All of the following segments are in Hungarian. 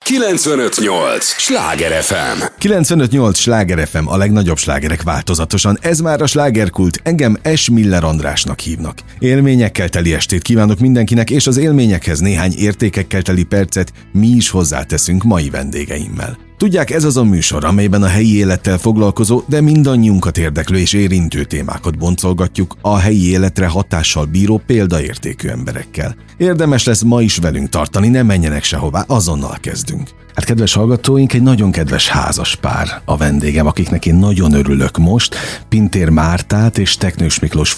95.8 Sláger FM. 95.8 Sláger FM, a legnagyobb slágerek változatosan. Ez már a slágerkult. Engem S. Miller Andrásnak hívnak. Élményekkel teli estét kívánok mindenkinek, és az élményekhez néhány értékekkel teli percet mi is hozzáteszünk mai vendégeimmel. Tudják, ez az a műsor, amelyben a helyi élettel foglalkozó, de mindannyiunkat érdeklő és érintő témákat boncolgatjuk a helyi életre hatással bíró példaértékű emberekkel. Érdemes lesz ma is velünk tartani, ne menjenek sehová, azonnal kezdünk. Hát kedves hallgatóink, egy nagyon kedves házas pár a vendégem, akiknek én nagyon örülök most. Pintér Mártát és Teknős Miklós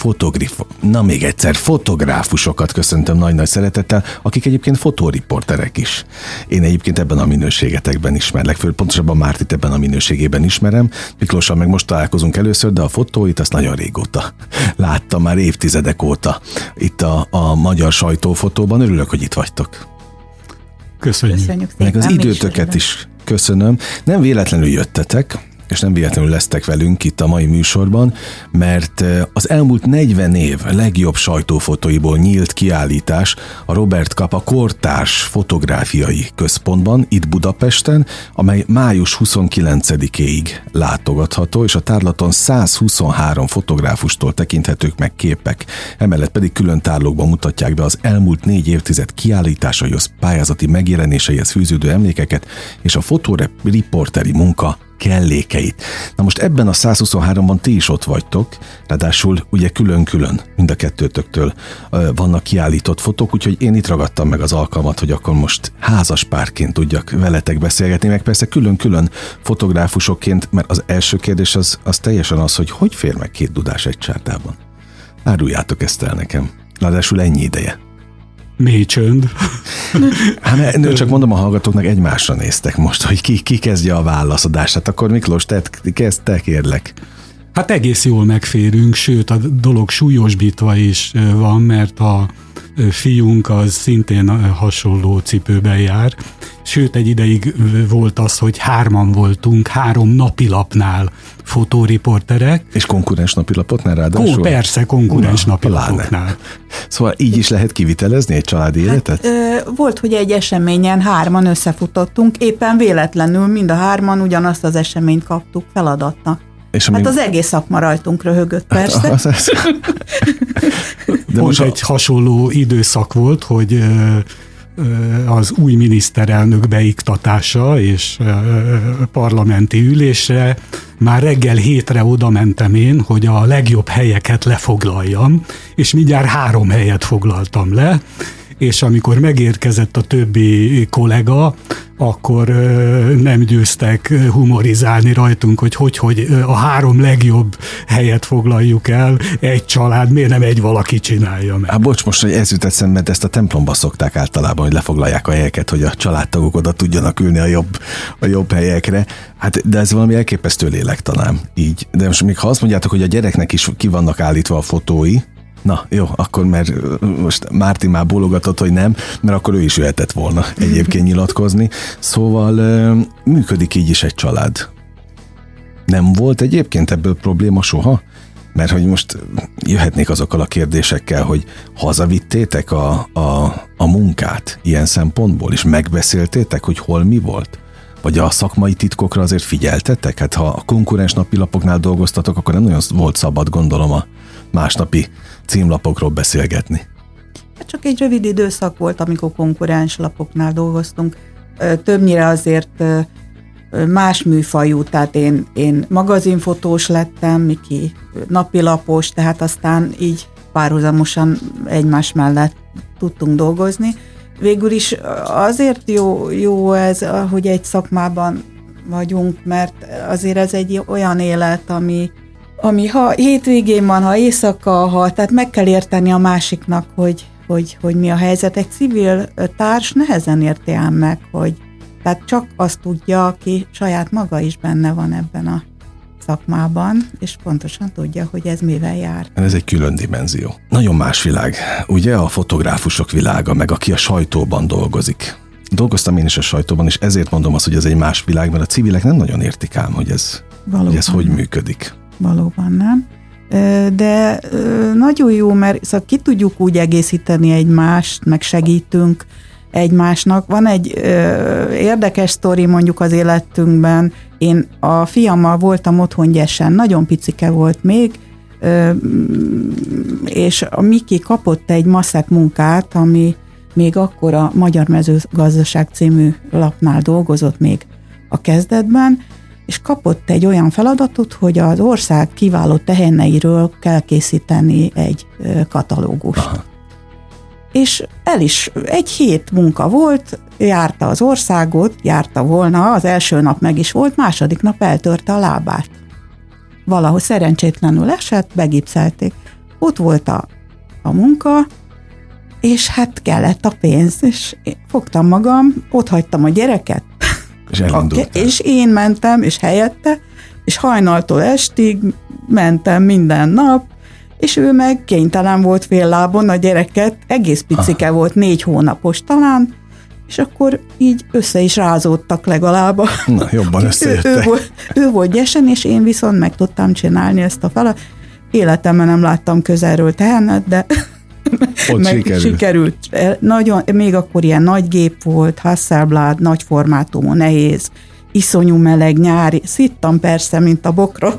fotográfusokat köszöntöm nagy-nagy szeretettel, akik egyébként fotóriporterek is. Én egyébként ebben a minőségetekben ismerlek, pontosabban Mártit ebben a minőségében ismerem. Miklóssal meg most találkozunk először, de a fotóit azt nagyon régóta láttam, már évtizedek óta itt a magyar sajtófotóban. Örülök, hogy itt vagytok. Köszönjük. Meg az időtöket is köszönöm. Nem véletlenül jöttetek, és nem véletlenül lesztek velünk itt a mai műsorban, mert az elmúlt 40 év legjobb sajtófotóiból nyílt kiállítás a Robert Capa Kortárs Fotográfiai Központban, itt Budapesten, amely május 29-éig látogatható, és a tárlaton 123 fotográfustól tekinthetők meg képek. Emellett pedig külön tárlókban mutatják be az elmúlt 4 évtized kiállításaihoz, pályázati megjelenéseihez fűződő emlékeket, és a fotóriporteri munka kellékeit. Na most ebben a 123-ban ti is ott vagytok, ráadásul ugye külön-külön mind a kettőtöktől vannak kiállított fotók, úgyhogy én itt ragadtam meg az alkalmat, hogy akkor most házas párként tudjak veletek beszélgetni, meg persze külön-külön fotográfusokként, mert az első kérdés az teljesen az, hogy fér meg 2 dudás egy csárdában. Áruljátok ezt el nekem. Ráadásul ennyi ideje. Mély csönd. Hát csak mondom a hallgatóknak, egymásra néztek most, hogy ki kezdje a válaszadást. Hát akkor Miklós, te kérlek. Hát egész jól megférünk, sőt a dolog súlyosbítva is van, mert a fiunk az szintén hasonló cipőben jár. Sőt, egy ideig volt az, hogy 3-an voltunk, 3 napilapnál fotóriporterek. És konkurens napilapoknál ráadásul? Persze, konkurens napilapoknál. Szóval így is lehet kivitelezni egy családi életet? Volt, hogy egy eseményen 3-an összefutottunk, éppen véletlenül mind a 3-an ugyanazt az eseményt kaptuk feladatnak. Hát az egész szakma rajtunk röhögött, persze. De most egy hasonló időszak volt, hogy az új miniszterelnök beiktatása és parlamenti ülésre már reggel 7-re oda mentem én, hogy a legjobb helyeket lefoglaljam, és mindjárt 3 helyet foglaltam le, és amikor megérkezett a többi kollega, akkor nem győztek humorizálni rajtunk, hogy a 3 legjobb helyet foglaljuk el, egy család, miért nem egy valaki csinálja meg. Bocs, most, hogy ez jut eszembe, de ezt a templomba szokták általában, hogy lefoglalják a helyeket, hogy a családtagok oda tudjanak ülni a jobb helyekre. Hát, de ez valami elképesztő lélektalán így. De most még ha azt mondjátok, hogy a gyereknek is ki vannak állítva a fotói, na jó, akkor mert most Márti már bólogatott, hogy nem, mert akkor ő is jöhetett volna egyébként nyilatkozni. Szóval működik így is egy család. Nem volt egyébként ebből probléma soha? Mert hogy most jöhetnék azokkal a kérdésekkel, hogy hazavittétek a munkát ilyen szempontból, és megbeszéltétek, hogy hol mi volt? Vagy a szakmai titkokra azért figyeltetek? Hát ha a konkurens napilapoknál dolgoztatok, akkor nem nagyon volt szabad, gondolom, a másnapi címlapokról beszélgetni. Csak egy rövid időszak volt, amikor konkurens lapoknál dolgoztunk. Többnyire azért más műfajú, tehát én magazinfotós lettem, Miki napilapos, tehát aztán így párhuzamosan egymás mellett tudtunk dolgozni. Végül is azért jó ez, hogy egy szakmában vagyunk, mert azért ez egy olyan élet, ami ha hétvégén van, ha éjszaka, tehát meg kell érteni a másiknak, hogy mi a helyzet. Egy civil társ nehezen érti ám meg, tehát csak azt tudja, aki saját maga is benne van ebben a szakmában, és pontosan tudja, hogy ez mivel jár. Ez egy külön dimenzió. Nagyon más világ, ugye a fotográfusok világa, meg aki a sajtóban dolgozik. Dolgoztam én is a sajtóban, és ezért mondom azt, hogy ez egy más világ, mert a civilek nem nagyon értik ám, hogy ez hogy működik. Valóban nem. De nagyon jó, mert szóval ki tudjuk úgy egészíteni egymást, meg segítünk, egymásnak. Van egy érdekes sztori mondjuk az életünkben. Én a fiammal voltam otthon gyesen, nagyon picike volt még, és a Miki kapott egy maszek munkát, ami még akkor a Magyar Mezőgazdaság című lapnál dolgozott még a kezdetben, és kapott egy olyan feladatot, hogy az ország kiváló tehenneiről kell készíteni egy katalógust. Aha. És egy hét munka volt, járta az országot, járta volna, az első nap meg is volt, második nap eltörte a lábát. Valahogy szerencsétlenül esett, begipszelték. Ott volt a munka, és hát kellett a pénz, és én fogtam magam, ott hagytam a gyereket, és én mentem, és helyette, és hajnaltól estig mentem minden nap, és ő meg kénytelen volt fél lábon a gyereket, egész picike volt, 4 hónapos talán, és akkor így össze is rázódtak legalább. Na, jobban összejöttek. Ő volt gyesen, és én viszont meg tudtam csinálni ezt a feladatot. Életemben nem láttam közelről tehenet, de sikerült. Nagyon, még akkor ilyen nagy gép volt, Hasselblad, nagy formátumú, nehéz, iszonyú meleg, nyári. Szittam persze, mint a bokrok,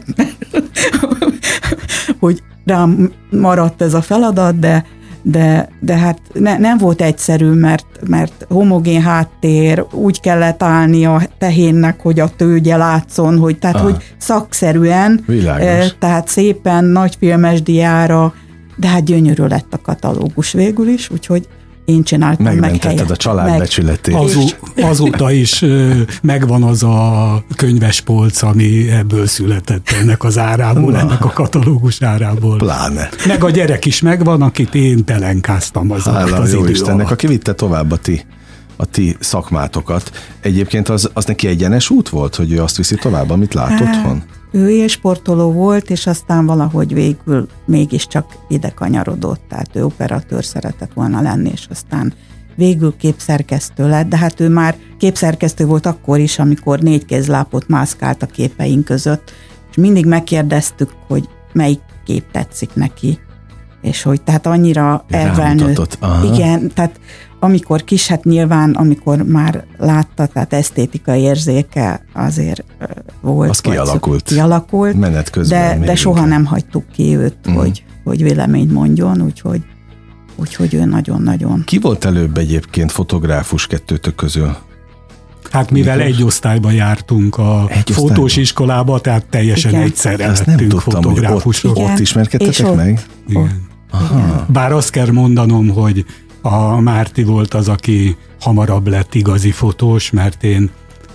hogy rám maradt ez a feladat, de hát nem volt egyszerű, mert homogén háttér, úgy kellett állni a tehénnek, hogy a tőgye látszon, hogy szakszerűen, tehát szépen, nagy filmes diára, de hát gyönyörű lett a katalógus végül is, úgyhogy én csináltam meg helyet. Megmentetted a család becsületét. Azóta is megvan az a könyvespolc, ami ebből született ennek az árából, ennek a katalógus árából. Pláne. Meg a gyerek is megvan, akit én pelenkáztam az idő Istennek, aki vitte tovább a ti szakmátokat. Egyébként az neki egyenes út volt, hogy ő azt viszi tovább, amit lát otthon? Ő élsportoló volt, és aztán valahogy végül mégiscsak ide kanyarodott, tehát ő operatőr szeretett volna lenni, és aztán végül képszerkesztő lett, de hát ő már képszerkesztő volt akkor is, amikor 4 kézlápot mászkált a képeink között, és mindig megkérdeztük, hogy melyik kép tetszik neki, és hogy tehát annyira elvelnőtt. Igen, tehát amikor kis, hát nyilván, amikor már látta, tehát esztétikai érzéke azért volt. Az kialakult. Menet közben. De soha nem hagytuk ki őt, hogy véleményt mondjon, úgyhogy ő nagyon-nagyon. Ki volt előbb egyébként fotográfus kettőtök közül? Hát mivel egy osztályban jártunk a fotós iskolába, tehát teljesen egyszerre lettünk fotográfusok. Ott ismerkedtetek meg? Igen. Bár azt kell mondanom, hogy a Márti volt az, aki hamarabb lett igazi fotós, mert én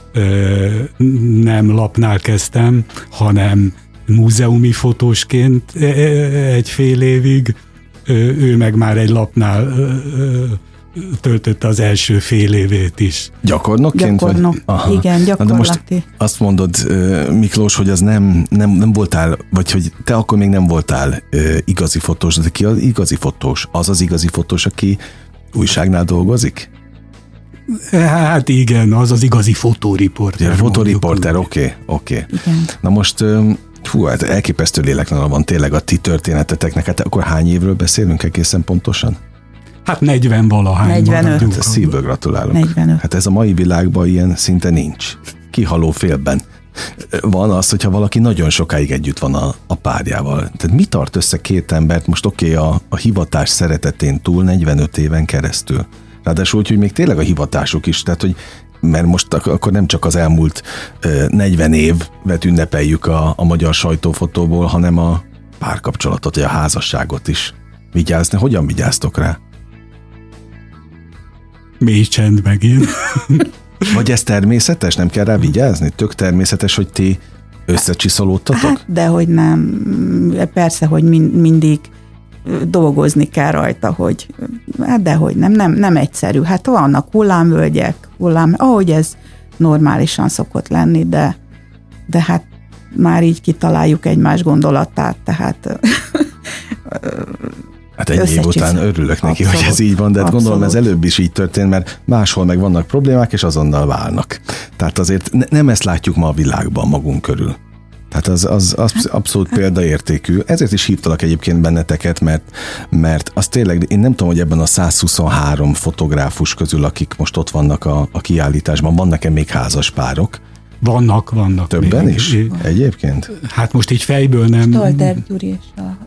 nem lapnál kezdtem, hanem múzeumi fotósként egy fél évig, ő meg már egy lapnál töltötte az első fél évét is. Gyakornokként? Igen, gyakorlati. De most azt mondod, Miklós, hogy az nem voltál, vagy hogy te akkor még nem voltál igazi fotós, de ki az igazi fotós? Az igazi fotós, aki újságnál dolgozik? Hát igen, az igazi fotóriporter. Fotóriporter, oké. Na most, hát elképesztő lélektelen van tényleg a ti történeteteknek. Hát akkor hány évről beszélünk egészen pontosan? Hát 40-valahány. 45. Hát szívből gratulálok. 45. Hát ez a mai világban ilyen szinte nincs. Kihaló félben. Van az, hogyha valaki nagyon sokáig együtt van a párjával. Tehát mi tart össze két embert, most a hivatás szeretetén túl 45 éven keresztül? Ráadásul úgy, hogy még tényleg a hivatásuk is, tehát hogy mert most akkor nem csak az elmúlt 40 évet ünnepeljük a magyar sajtófotóból, hanem a párkapcsolatot, vagy a házasságot is. Vigyázni, hogyan vigyáztok rá? Mély csend megint. Vagy ez természetes? Nem kell rá vigyázni? Tök természetes, hogy ti összecsiszolódtatok? Hát, dehogy nem. Persze, hogy mindig dolgozni kell rajta, hogy hát dehogy nem egyszerű. Hát vannak hullámvölgyek, ahogy ez normálisan szokott lenni, de hát már így kitaláljuk egymás gondolatát, tehát hát egy év után örülök neki, abszolút, hogy ez így van, de hát gondolom ez előbb is így történt, mert máshol meg vannak problémák, és azonnal válnak. Tehát azért nem ezt látjuk ma a világban magunk körül. Hát az abszolút példaértékű. Ezért is hívtalak egyébként benneteket, mert az tényleg, én nem tudom, hogy ebben a 123 fotográfus közül, akik most ott vannak a kiállításban, vannak-e még házas párok? Vannak. Többen még, is? Egyébként? Hát most így fejből nem... Stalter Gyuri és a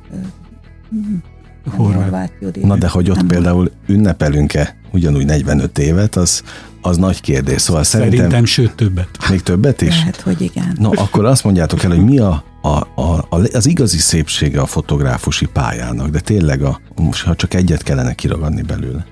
Horváth Judit. Na de hogy ott például ünnepelünk-e ugyanúgy 45 évet, az nagy kérdés. Szóval szerintem sőt többet. Még többet is? Lehet, hogy igen. No, akkor azt mondjátok el, hogy mi az igazi szépsége a fotográfusi pályának, de tényleg most ha csak egyet kellene kiragadni belőle.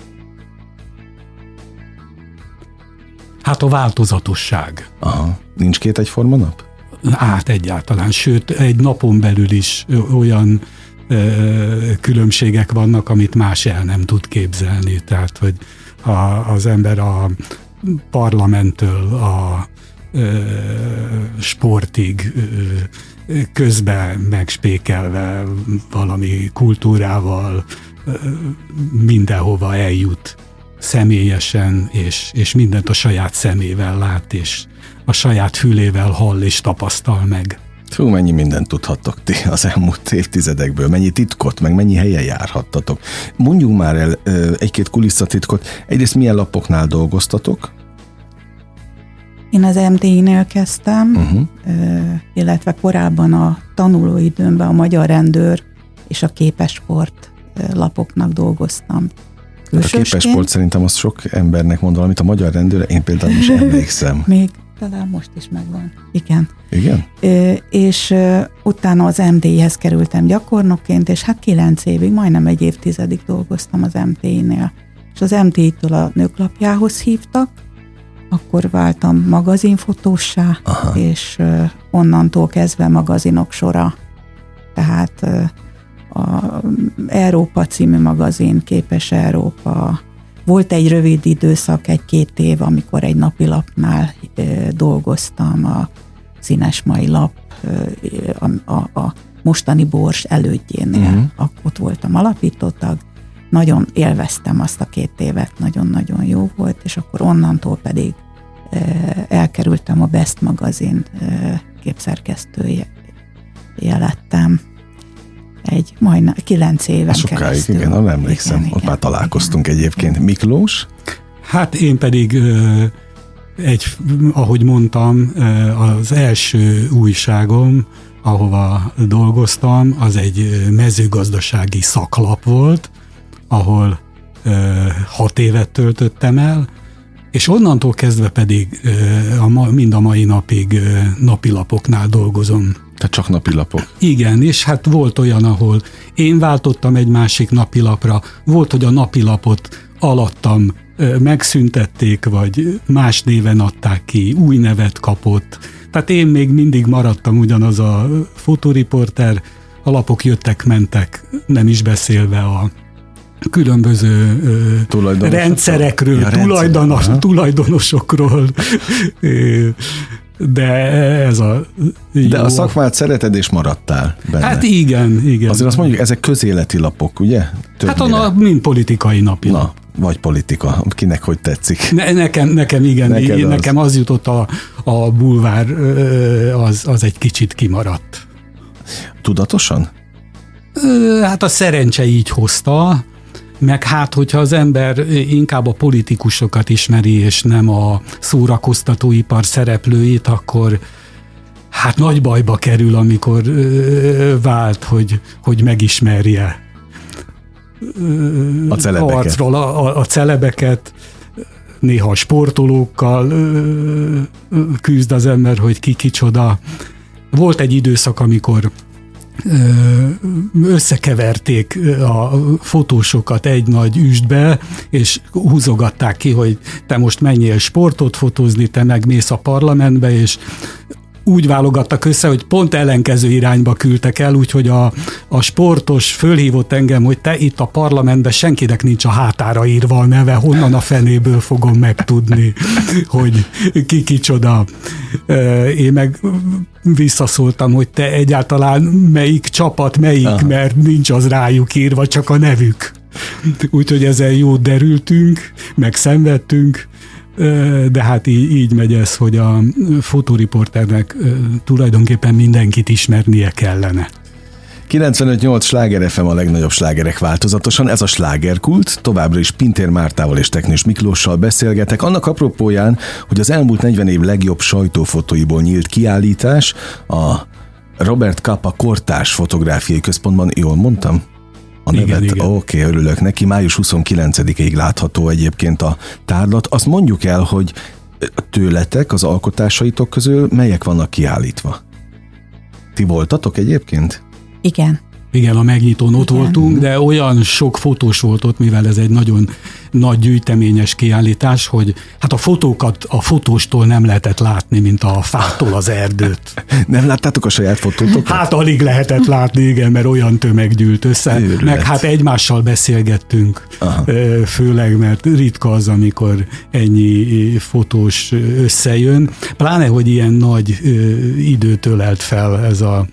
Hát a változatosság. Aha. Nincs két egyforma nap? Hát egyáltalán, sőt egy napon belül is olyan különbségek vannak, amit más el nem tud képzelni. Tehát, hogy az ember a parlamenttől a sportig közben megspékelve valami kultúrával mindenhova eljut személyesen, és mindent a saját szemével lát, és a saját fülével hall és tapasztal meg. Fú, mennyi mindent tudhattok ti az elmúlt évtizedekből, mennyi titkot, meg mennyi helyen járhattatok. Mondjunk már el egy-két kulisszatitkot. Egyrészt milyen lapoknál dolgoztatok? Én az MTI-nél kezdtem, illetve korábban a tanulóidőmben a Magyar Rendőr és a Képesport lapoknak dolgoztam. A Képesport szerintem az sok embernek mond valamit, a Magyar Rendőrre én például is emlékszem. Még talán most is megvan. Igen. Igen? És utána az MTI-hez kerültem gyakornokként, és hát 9 évig, majdnem egy évtizedig dolgoztam az MTI-nél. És az MTI-től a Nőklapjához hívtak, akkor váltam magazinfotóssá, és onnantól kezdve magazinok sora. Tehát a Európa című magazin, Képes Európa. Volt egy rövid időszak, 1-2 év, amikor egy napilapnál dolgoztam, a Színes Mai Lap, a mostani Bors elődjénél. Ott voltam alapítótag. Nagyon élveztem azt a 2 évet, nagyon-nagyon jó volt, és akkor onnantól pedig elkerültem a Best magazin képszerkesztője lettem. Majdnem 9 éven sokáig, keresztül. Igen, nem emlékszem. Igen, ott már találkoztunk egyébként. Miklós? Hát én pedig, ahogy mondtam, az első újságom, ahova dolgoztam, az egy mezőgazdasági szaklap volt, ahol 6 évet töltöttem el, és onnantól kezdve pedig mind a mai napig napilapoknál dolgozom. Tehát csak napilapok? Igen, és hát volt olyan, ahol én váltottam egy másik napilapra, volt, hogy a napilapot alattam megszüntették, vagy más néven adták ki, új nevet kapott. Tehát én még mindig maradtam ugyanaz a fotóriporter, a lapok jöttek-mentek, nem is beszélve a különböző rendszerekről, tulajdonosokról, de ez a jó. De a szakmát szereted és maradtál benne. Hát igen. Azért azt mondjuk, ezek közéleti lapok, ugye? Többnyire. Hát mind politikai napilap. Vagy politika, kinek hogy tetszik. Nekem igen, nekem az jutott a bulvár, az egy kicsit kimaradt. Tudatosan? Hát a szerencse így hozta, meg hát, hogyha az ember inkább a politikusokat ismeri, és nem a szórakoztatóipar szereplőit, akkor hát nagy bajba kerül, amikor vált, hogy megismerje a celebeket. Arcról a celebeket, néha a sportolókkal küzd az ember, hogy ki kicsoda. Volt egy időszak, amikor összekeverték a fotósokat egy nagy üstbe, és húzogatták ki, hogy te most menjél sportot fotózni, te megmész a parlamentbe, és úgy válogattak össze, hogy pont ellenkező irányba küldtek el, úgyhogy a sportos fölhívott engem, hogy te itt a parlamentben senkinek nincs a hátára írva a neve, honnan a fenéből fogom megtudni, hogy ki kicsoda. Én meg visszaszóltam, hogy te egyáltalán melyik csapat, mert nincs az rájuk írva, csak a nevük. Úgyhogy ezen jót derültünk, meg szenvedtünk, de hát így megy ez, hogy a fotóriporternek tulajdonképpen mindenkit ismernie kellene. 95.8 Sláger FM a legnagyobb slágerek változatosan, ez a Slágerkult, továbbra is Pintér Mártával és Teknős Miklóssal beszélgetek, annak apropóján, hogy az elmúlt 40 év legjobb sajtófotóiból nyílt kiállítás a Robert Capa Kortárs Fotográfiai Központban, jól mondtam? A nevet? Igen. Oké, örülök neki, május 29-ig látható egyébként a tárlat. Azt mondjuk el, hogy tőletek, az alkotásaitok közül melyek vannak kiállítva? Ti voltatok egyébként? Igen, a megnyitón ott voltunk, de olyan sok fotós volt ott, mivel ez egy nagyon nagy gyűjteményes kiállítás, hogy hát a fotókat a fotóstól nem lehetett látni, mint a fától az erdőt. Nem láttátok a saját fotótokat? Hát alig lehetett látni, igen, mert olyan tömeg gyűlt össze. Őrület. Meg hát egymással beszélgettünk, főleg, mert ritka az, amikor ennyi fotós összejön. Pláne, hogy ilyen nagy időt ölelt fel ez a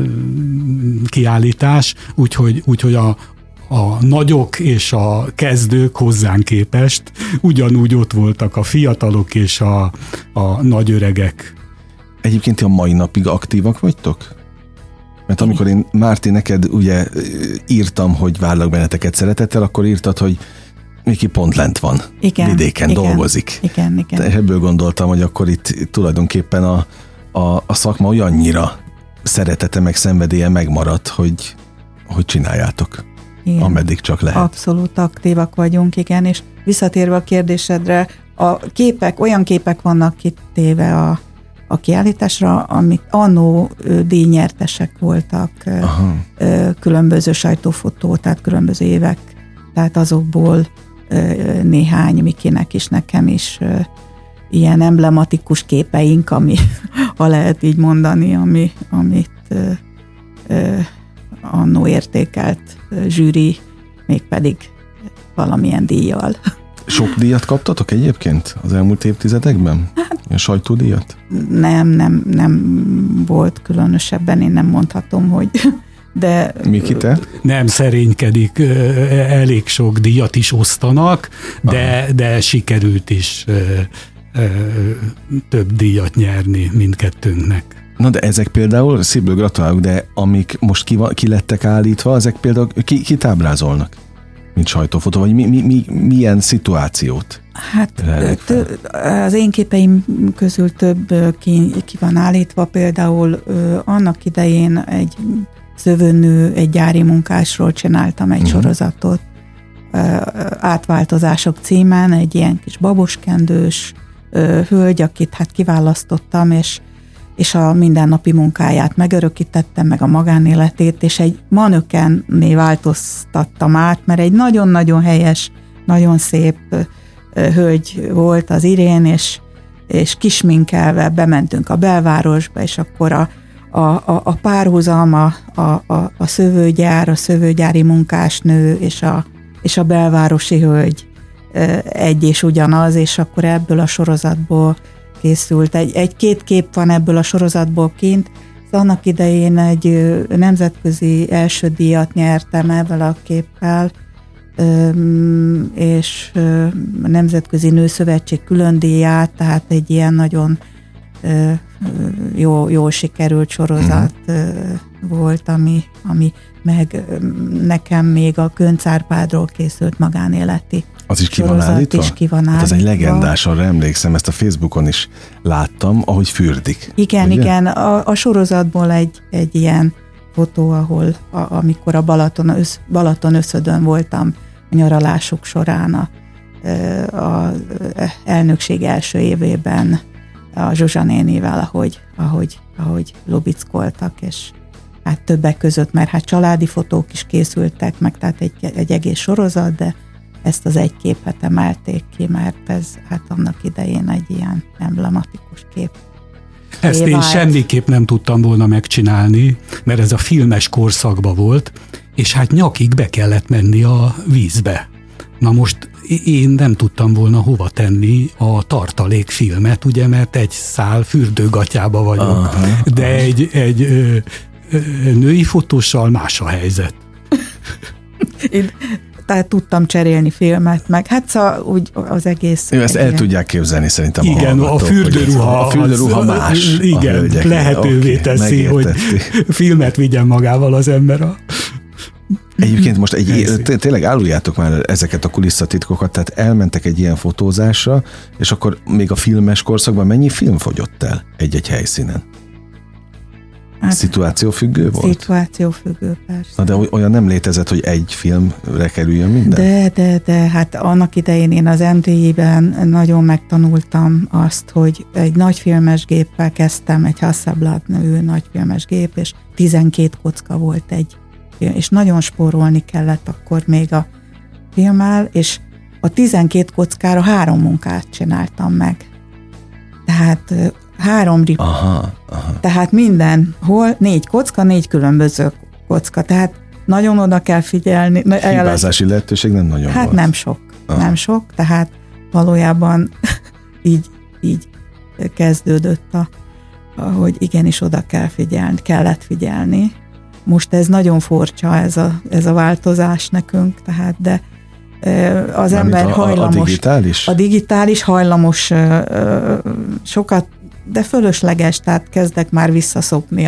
kiállítás, úgyhogy a nagyok és a kezdők hozzánk képest ugyanúgy ott voltak a fiatalok és a nagyöregek. Egyébként ti a mai napig aktívak vagytok? Mert amikor én, Márti, neked ugye írtam, hogy várlak benneteket szeretettel, akkor írtad, hogy Miki pont lent van, vidéken dolgozik. Igen. És ebből gondoltam, hogy akkor itt tulajdonképpen a szakma olyannyira szeretete meg szenvedélye megmaradt, hogy csináljátok, igen, ameddig csak lehet. Abszolút aktívak vagyunk, igen, és visszatérve a kérdésedre, olyan képek vannak kitéve a kiállításra, amik annó díjnyertesek voltak, különböző sajtófotó, tehát különböző évek, tehát azokból néhány, Mikinek is, nekem is ilyen emblematikus képeink, ami, ha lehet így mondani, amit annó értékelt zsűri, mégpedig valamilyen díjjal. Sok díjat kaptatok egyébként az elmúlt évtizedekben? A sajtódíjat? Nem volt különösebben, én nem mondhatom, hogy de... Miki, te? Nem szerénykedik, elég sok díjat is osztanak, de sikerült is több díjat nyerni mindkettőnknek. Na de ezek például, szívből gratulálok, de amik most ki lettek állítva, ezek például kit ábrázolnak, mint sajtófotó, vagy milyen szituációt? Hát az én képeim közül több ki van állítva, például annak idején egy szövőnő, egy gyári munkásról csináltam egy sorozatot, Átváltozások címen, egy ilyen kis baboskendős hölgy, akit hát kiválasztottam, és a mindennapi munkáját megörökítettem, meg a magánéletét, és egy manökenné változtattam át, mert egy nagyon-nagyon helyes, nagyon szép hölgy volt az Irén, és kisminkelve bementünk a belvárosba, és akkor a párhuzam, a szövőgyár, a szövőgyári munkásnő és a belvárosi hölgy egy és ugyanaz, és akkor ebből a sorozatból készült. Egy-két kép van ebből a sorozatból kint. Annak idején egy nemzetközi első díjat nyertem ebből a képpel, és a Nemzetközi Nőszövetség külön díját, tehát egy ilyen nagyon jól sikerült sorozat volt, ami meg nekem még a Könc Árpádról készült magánéleti az is ki van állítva? Hát az egy legendás, arra emlékszem, ezt a Facebookon is láttam, ahogy fürdik. Igen, a sorozatból egy ilyen fotó, ahol amikor a Balaton összödön voltam a nyaralásuk során a elnökség első évében a Zsuzsa nénivel, ahogy lubickoltak, és hát többek között, mert hát családi fotók is készültek, meg tehát egy egész sorozat, de ezt az egy képet emelték ki, mert ez hát annak idején egy ilyen emblematikus kép. Ezt én semmiképp nem tudtam volna megcsinálni, mert ez a filmes korszakban volt, és hát nyakig be kellett menni a vízbe. Na most én nem tudtam volna hova tenni a tartalékfilmet, ugye, mert egy szál fürdőgatyába vagyok, de egy női fotóssal más a helyzet. tehát tudtam cserélni filmet, meg hát szóval úgy az egész. Ezt el tudják képzelni szerintem. Igen, a fürdőruha más. Igen, lehetővé teszi, hogy filmet vigyen magával az ember. Egyébként most tényleg áruljátok már ezeket a kulisszatitkokat, tehát elmentek egy ilyen fotózásra, és akkor még a filmes korszakban mennyi film fogyott el egy-egy helyszínen? Hát, szituációfüggő volt? Szituációfüggő, persze. Na de olyan nem létezett, hogy egy filmre kerüljön minden? De, hát annak idején én az MTI-ben nagyon megtanultam azt, hogy egy nagyfilmes géppel kezdtem, egy Hasselblad nevű nagyfilmes gép, és 12 kocka volt egy film, és nagyon spórolni kellett akkor még a filmmel, és a 12 kockára 3 munkát csináltam meg. Tehát 3 rip. Aha. Tehát mindenhol 4 kocka, 4 különböző kocka. Tehát nagyon oda kell figyelni. Hibázási lehetőség nem nagyon hát volt. Nem sok, tehát valójában így kezdődött, hogy igenis oda kell figyelni, kellett figyelni. Most ez nagyon furcsa, ez a változás nekünk, tehát de az ember hajlamos. A digitális hajlamos sokat, de fölösleges, tehát kezdek már visszaszokni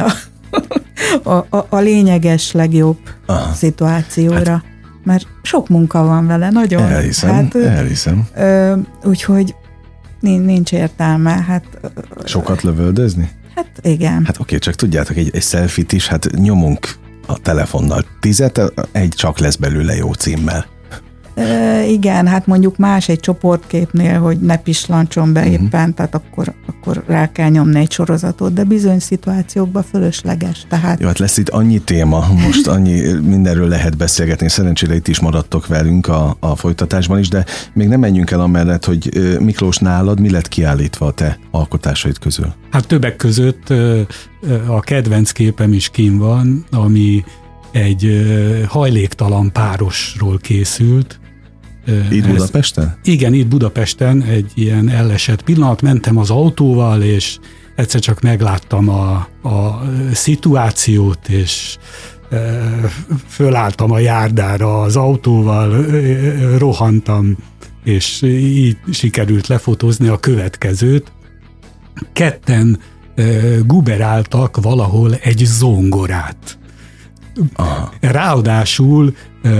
a lényeges, legjobb szituációra. Hát, mert sok munka van vele, nagyon. Elhiszem. Úgyhogy nincs értelme. Hát, sokat lövöldözni? Hát igen. Hát oké, csak tudjátok, egy selfie-t is, hát nyomunk a telefonnal 10, egy csak lesz belőle jó címmel. Igen, hát mondjuk más egy csoportképnél, hogy ne pislancson be éppen, tehát akkor rá kell nyomni egy sorozatot, de bizony szituációkban fölösleges. Tehát... Jó, hát lesz itt annyi téma, most annyi mindenről lehet beszélgetni, szerencsére itt is maradtok velünk a folytatásban is, de még nem menjünk el amellett, hogy Miklós, nálad mi lett kiállítva a te alkotásaid közül? Hát többek között a kedvenc képem is kín van, ami egy hajléktalan párosról készült. Itt Budapesten? Igen, itt Budapesten egy ilyen elesett pillanat. Mentem az autóval, és egyszer csak megláttam a szituációt, és fölálltam a járdára az autóval, rohantam, és így sikerült lefotózni a következőt. Ketten guberáltak valahol egy zongorát. Aha. Ráadásul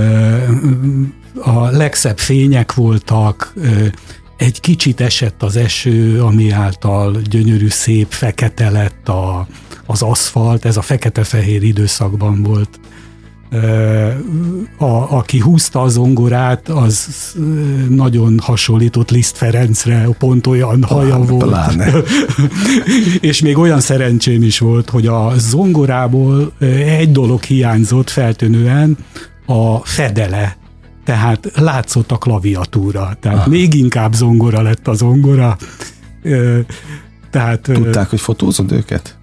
a legszebb fények voltak, egy kicsit esett az eső, ami által gyönyörű, szép, fekete lett az aszfalt, ez a fekete-fehér időszakban volt. Aki húzta a zongorát, az nagyon hasonlított Liszt Ferencre, pont olyan haja volt. És még olyan szerencsém is volt, hogy a zongorából egy dolog hiányzott feltűnően, a fedele. Tehát látszott a klaviatúra. Tehát még inkább zongora lett a zongora. Tudták, hogy fotózod őket?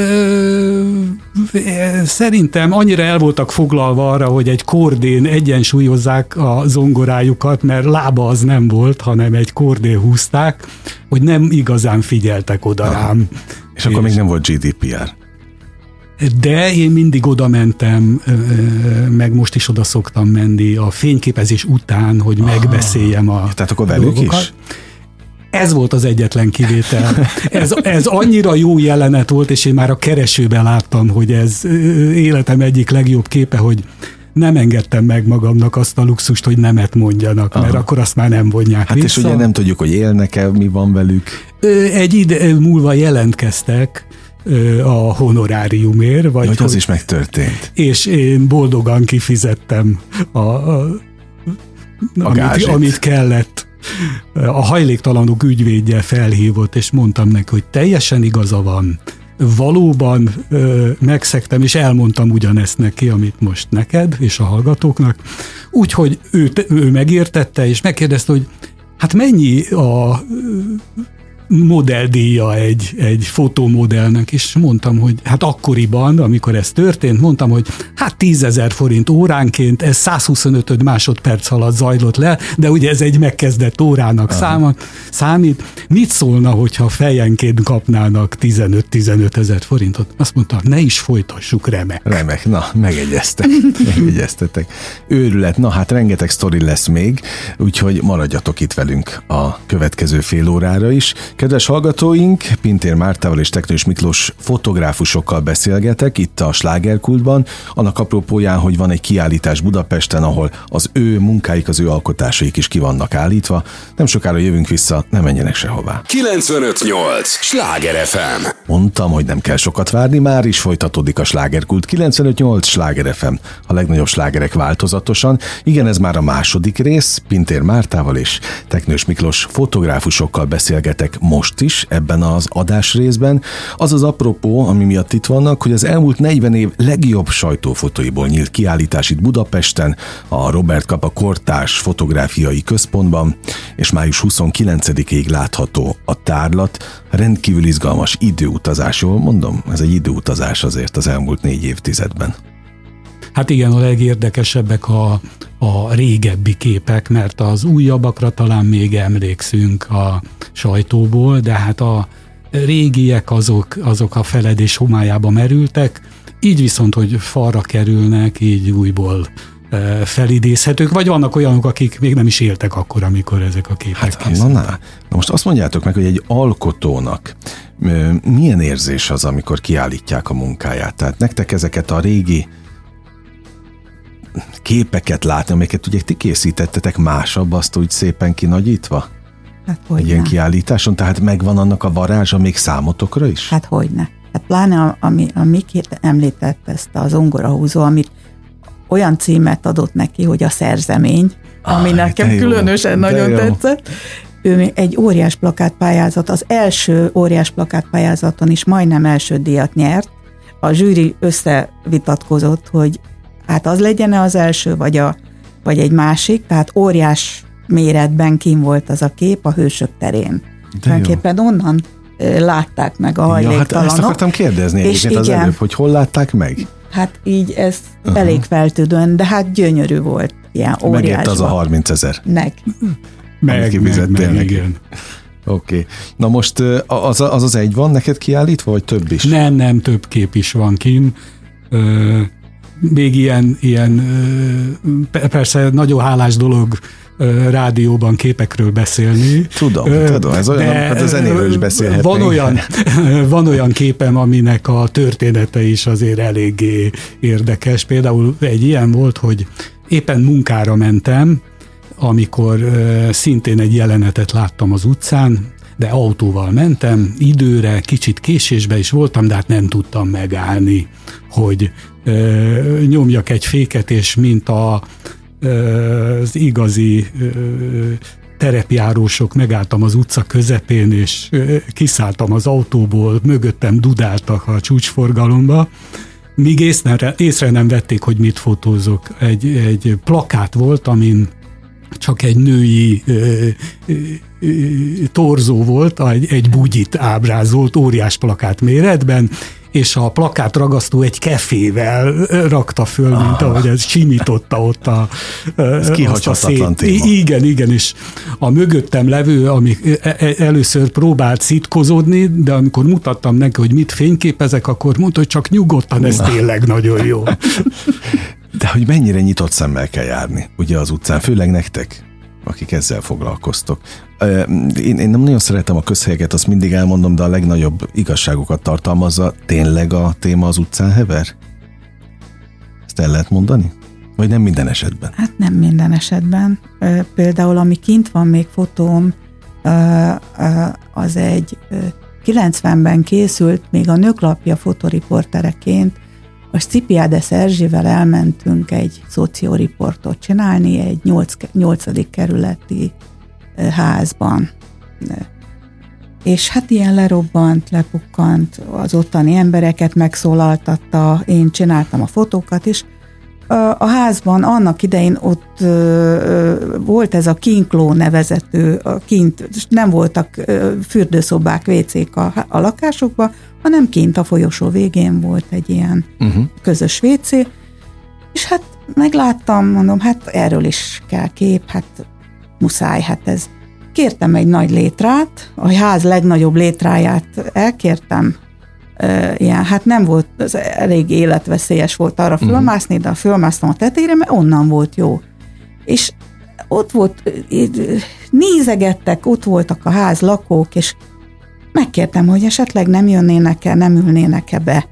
Szerintem annyira el voltak foglalva arra, hogy egy kordén egyensúlyozzák a zongorájukat, mert lába az nem volt, hanem egy kordén húzták, hogy nem igazán figyeltek oda rám. És akkor még nem volt GDPR. De én mindig oda mentem, meg most is oda szoktam menni a fényképezés után, hogy megbeszéljem tehát akkor velük dolgokat. Is? Ez volt az egyetlen kivétel. Ez annyira jó jelenet volt, és én már a keresőben láttam, hogy ez életem egyik legjobb képe, hogy nem engedtem meg magamnak azt a luxust, hogy nemet mondjanak, mert akkor azt már nem vonják vissza. És ugye nem tudjuk, hogy élnek-e, mi van velük. Egy ide múlva jelentkeztek a honoráriumért. Vagy hogy az is megtörtént. És én boldogan kifizettem amit kellett. A hajléktalanok ügyvédje felhívott, és mondtam neki, hogy teljesen igaza van. Valóban megszegtem, és elmondtam ugyanezt neki, amit most neked és a hallgatóknak. Úgyhogy ő megértette, és megkérdezte, hogy hát mennyi a modelldíja egy fotómodellnek, és mondtam, hogy hát akkoriban, amikor ez történt, mondtam, hogy hát 10 000 forint óránként, ez 125 másodperc alatt zajlott le, de ugye ez egy megkezdett órának számít. Mit szólna, hogyha fejenként kapnának 15 000 forintot? Azt mondta, ne is folytassuk, remek. Remek, na, megegyeztetek. Őrület, na hát rengeteg sztori lesz még, úgyhogy maradjatok itt velünk a következő fél órára is. Kedves hallgatóink, Pintér Mártával és Teknős Miklós fotográfusokkal beszélgetek itt a Slágerkultban, annak apropóján, hogy van egy kiállítás Budapesten, ahol az ő munkáik, az ő alkotásaik is ki vannak állítva. Nem sokára jövünk vissza, ne menjenek sehová. 95.8 Sláger FM. Mondtam, hogy nem kell sokat várni, már is folytatódik a Slágerkult. 95.8 Sláger FM, a legnagyobb slágerek változatosan. Igen, ez már a második rész, Pintér Mártával és Teknős Miklós fotográfusokkal beszélgetek most is ebben az adásrészben. Az az apropó, ami miatt itt vannak, hogy az elmúlt 40 év legjobb sajtófotóiból nyílt kiállítás itt Budapesten, a Robert Capa Kortárs Fotográfiai Központban, és május 29-ig látható a tárlat. Rendkívül izgalmas időutazás, jól mondom? Ez egy időutazás azért az elmúlt 4 évtizedben. Hát igen, a legérdekesebbek a régebbi képek, mert az újabbakra talán még emlékszünk a sajtóból, de hát a régiek azok a feledés homályába merültek, így viszont, hogy falra kerülnek, így újból felidézhetők, vagy vannak olyanok, akik még nem is éltek akkor, amikor ezek a képek készültek. Na most azt mondjátok meg, hogy egy alkotónak milyen érzés az, amikor kiállítják a munkáját? Tehát nektek ezeket a régi képeket látni, amiket ugye ti készítettetek, másabb azt úgy szépen kinagyítva? Hát egy ilyen kiállításon, tehát megvan annak a varázsa még számotokra is? Hát hogyne. Hát pláne a Mikét említett ezt a zongorahúzó, amit olyan címet adott neki, hogy a szerzemény, ami nekem különösen nagyon tetszett. Ő egy óriás plakátpályázat, az első óriás plakátpályázaton is majdnem első díjat nyert. A zsűri összevitatkozott, hogy hát az legyen-e az első, vagy egy másik, tehát óriás méretben kín volt az a kép a Hősök terén. Tulajdonképpen onnan látták meg a hajléktalanok. Hát ezt akartam kérdezni egyébként az előbb, hogy hol látták meg? Hát így ez elég feltűnően, de hát gyönyörű volt, ilyen óriásban. Megért az a 30 000. Meg, igen. Oké. Na most az egy van neked kiállítva, vagy több is? Nem, több kép is van kín. Még ilyen persze nagyon hálás dolog rádióban képekről beszélni. Tudom, ez olyan, hát a zenéről is beszélhetnénk. Van olyan képem, aminek a története is azért eléggé érdekes. Például egy ilyen volt, hogy éppen munkára mentem, amikor szintén egy jelenetet láttam az utcán, de autóval mentem, időre, kicsit késésbe is voltam, de hát nem tudtam megállni, hogy nyomjak egy féket, és mint az igazi terepjárósok megálltam az utca közepén, és kiszálltam az autóból, mögöttem dudáltak a csúcsforgalomba, míg észre nem vették, hogy mit fotózok. Egy plakát volt, amin csak egy női torzó volt, egy bugyit ábrázolt óriás plakát méretben, és a plakát ragasztó egy kefével rakta föl, mint ahogy ez simította ott ez kihagyhatatlan téma. Igen, és a mögöttem levő, ami először próbált szitkozódni, de amikor mutattam neki, hogy mit fényképezek, akkor mondta, hogy csak nyugodtan, ez tényleg nagyon jó. De hogy mennyire nyitott szemmel kell járni, ugye az utcán, főleg nektek, akik ezzel foglalkoztok. Én nem nagyon szeretem a közhelyeket, azt mindig elmondom, de a legnagyobb igazságokat tartalmazza. Tényleg a téma az utcán hever? Ezt el lehet mondani? Vagy nem minden esetben? Hát nem minden esetben. Például, ami kint van még fotóm, az egy 90-ben készült, még a Nőklapja fotoriportereként, a Szipiádes Erzsével elmentünk egy szocioriportot csinálni egy 8. kerületi házban. És hát ilyen lerobbant, lepukkant, az ottani embereket megszólaltatta, én csináltam a fotókat is, a házban annak idején ott volt ez a kinkló nevezető, kint nem voltak fürdőszobák, vécék a lakásokban, hanem kint a folyosó végén volt egy ilyen közös vécé, és hát megláttam, mondom, hát erről is kell kép, hát muszáj, hát ez. Kértem egy nagy létrát, a ház legnagyobb létráját elkértem, ilyen, hát nem volt, az elég életveszélyes volt arra fölmászni, de fölmásztam a tetejére, mert onnan volt jó. És ott volt, nézegettek, ott voltak a ház lakók, és megkértem, hogy esetleg nem jönnének-e, nem ülnének-e be.